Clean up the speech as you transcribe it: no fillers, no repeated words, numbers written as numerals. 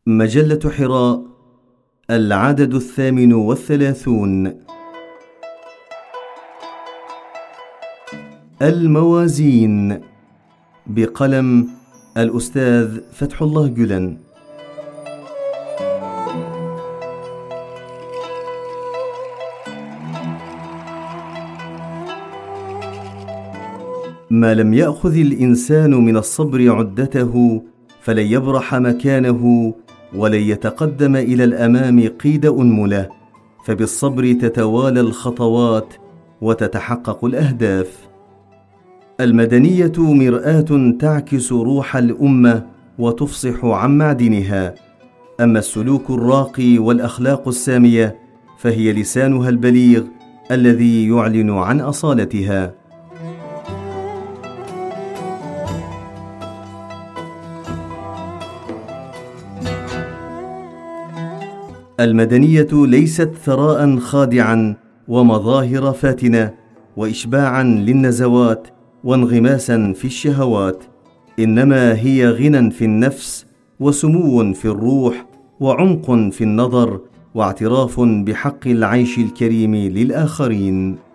مجلة حراء، العدد 38. الموازين، بقلم الأستاذ فتح الله جلن. ما لم يأخذ الإنسان من الصبر عدته فلن يبرح مكانه ولن يتقدم إلى الأمام قيد أنملة، فبالصبر تتوالى الخطوات وتتحقق الأهداف. المدنية مرآة تعكس روح الأمة وتفصح عن معدنها، أما السلوك الراقي والأخلاق السامية فهي لسانها البليغ الذي يعلن عن أصالتها. المدنية ليست ثراء خادعا ومظاهر فاتنة وإشباعا للنزوات وانغماسا في الشهوات، إنما هي غنى في النفس وسمو في الروح وعمق في النظر واعتراف بحق العيش الكريم للآخرين.